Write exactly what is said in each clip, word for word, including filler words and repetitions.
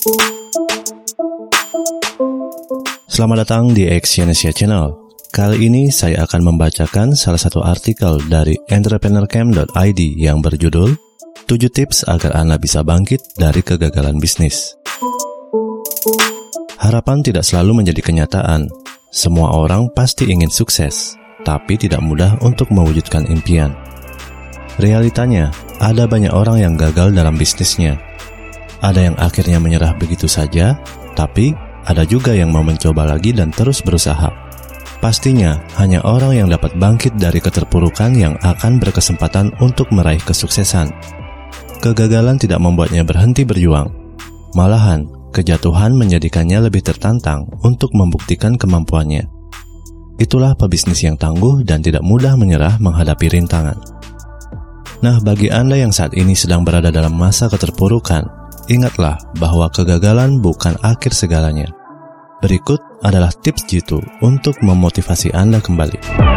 Selamat datang di Exyonesia Channel. Kali ini saya akan membacakan salah satu artikel dari entrepreneurcamp dot i d yang berjudul tujuh tips agar Anda bisa bangkit dari kegagalan bisnis. Harapan tidak selalu menjadi kenyataan. Semua orang pasti ingin sukses, tapi tidak mudah untuk mewujudkan impian. Realitanya, ada banyak orang yang gagal dalam bisnisnya. Ada yang akhirnya menyerah begitu saja, tapi ada juga yang mau mencoba lagi dan terus berusaha. Pastinya, hanya orang yang dapat bangkit dari keterpurukan yang akan berkesempatan untuk meraih kesuksesan. Kegagalan tidak membuatnya berhenti berjuang. Malahan, kejatuhan menjadikannya lebih tertantang untuk membuktikan kemampuannya. Itulah pebisnis yang tangguh dan tidak mudah menyerah menghadapi rintangan. Nah, bagi Anda yang saat ini sedang berada dalam masa keterpurukan, ingatlah bahwa kegagalan bukan akhir segalanya. Berikut adalah tips jitu untuk memotivasi Anda kembali.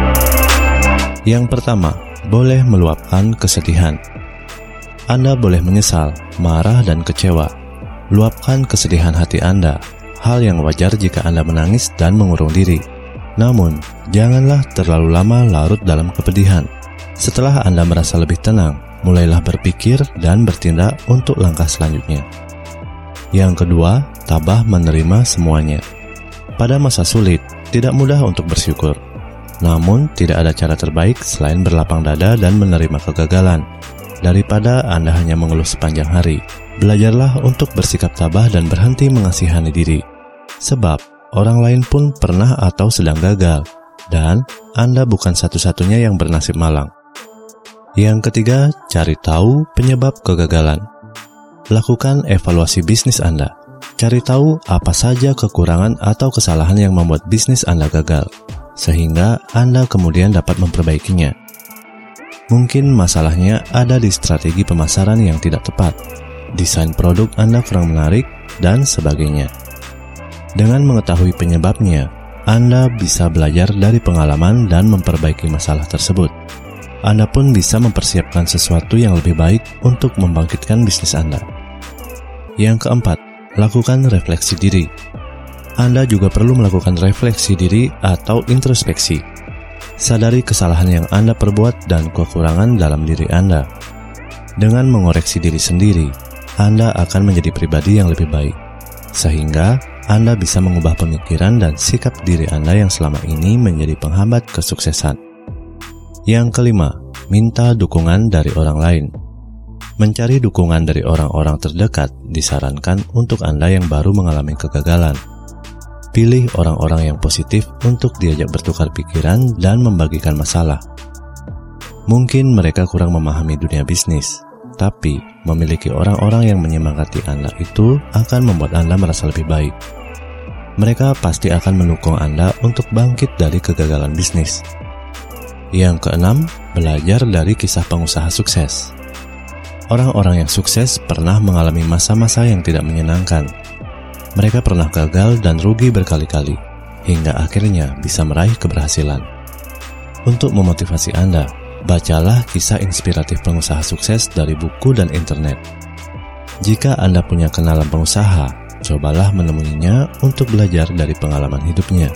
Yang pertama, boleh meluapkan kesedihan. Anda boleh menyesal, marah, dan kecewa. Luapkan kesedihan hati Anda, hal yang wajar jika Anda menangis dan mengurung diri. Namun, janganlah terlalu lama larut dalam kepedihan. Setelah Anda merasa lebih tenang, mulailah berpikir dan bertindak untuk langkah selanjutnya. Yang kedua, tabah menerima semuanya. Pada masa sulit, tidak mudah untuk bersyukur. Namun, tidak ada cara terbaik selain berlapang dada dan menerima kegagalan. Daripada Anda hanya mengeluh sepanjang hari, belajarlah untuk bersikap tabah dan berhenti mengasihani diri. Sebab, orang lain pun pernah atau sedang gagal, dan Anda bukan satu-satunya yang bernasib malang. Yang ketiga, cari tahu penyebab kegagalan. Lakukan evaluasi bisnis Anda. Cari tahu apa saja kekurangan atau kesalahan yang membuat bisnis Anda gagal, sehingga Anda kemudian dapat memperbaikinya. Mungkin masalahnya ada di strategi pemasaran yang tidak tepat, desain produk Anda kurang menarik, dan sebagainya. Dengan mengetahui penyebabnya, Anda bisa belajar dari pengalaman dan memperbaiki masalah tersebut. Anda pun bisa mempersiapkan sesuatu yang lebih baik untuk membangkitkan bisnis Anda. Yang keempat, lakukan refleksi diri. Anda juga perlu melakukan refleksi diri atau introspeksi. Sadari kesalahan yang Anda perbuat dan kekurangan dalam diri Anda. Dengan mengoreksi diri sendiri, Anda akan menjadi pribadi yang lebih baik, sehingga Anda bisa mengubah pemikiran dan sikap diri Anda yang selama ini menjadi penghambat kesuksesan. Yang kelima, minta dukungan dari orang lain. Mencari dukungan dari orang-orang terdekat disarankan untuk Anda yang baru mengalami kegagalan. Pilih orang-orang yang positif untuk diajak bertukar pikiran dan membagikan masalah. Mungkin mereka kurang memahami dunia bisnis, tapi memiliki orang-orang yang menyemangati Anda itu akan membuat Anda merasa lebih baik. Mereka pasti akan mendukung Anda untuk bangkit dari kegagalan bisnis. Yang keenam, belajar dari kisah pengusaha sukses. Orang-orang yang sukses pernah mengalami masa-masa yang tidak menyenangkan. Mereka pernah gagal dan rugi berkali-kali, hingga akhirnya bisa meraih keberhasilan. Untuk memotivasi Anda, bacalah kisah inspiratif pengusaha sukses dari buku dan internet. Jika Anda punya kenalan pengusaha, cobalah menemuinya untuk belajar dari pengalaman hidupnya.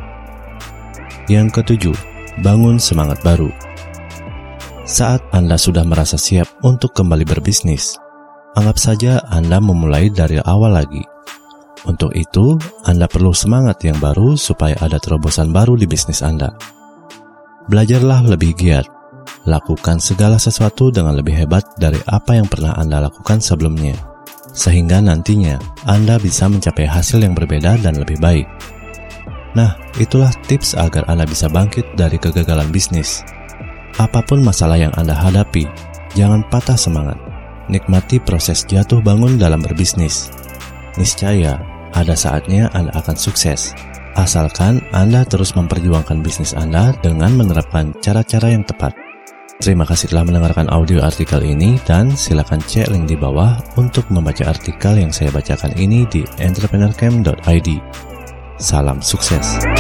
Yang ketujuh, bangun semangat baru. Saat Anda sudah merasa siap untuk kembali berbisnis, anggap saja Anda memulai dari awal lagi. Untuk itu, Anda perlu semangat yang baru supaya ada terobosan baru di bisnis Anda. Belajarlah lebih giat. Lakukan segala sesuatu dengan lebih hebat dari apa yang pernah Anda lakukan sebelumnya, sehingga nantinya Anda bisa mencapai hasil yang berbeda dan lebih baik. Nah, itulah tips agar Anda bisa bangkit dari kegagalan bisnis. Apapun masalah yang Anda hadapi, jangan patah semangat. Nikmati proses jatuh bangun dalam berbisnis. Niscaya, ada saatnya Anda akan sukses. Asalkan Anda terus memperjuangkan bisnis Anda dengan menerapkan cara-cara yang tepat. Terima kasih telah mendengarkan audio artikel ini dan silakan cek link di bawah untuk membaca artikel yang saya bacakan ini di entrepreneurcamp dot i d. Salam sukses.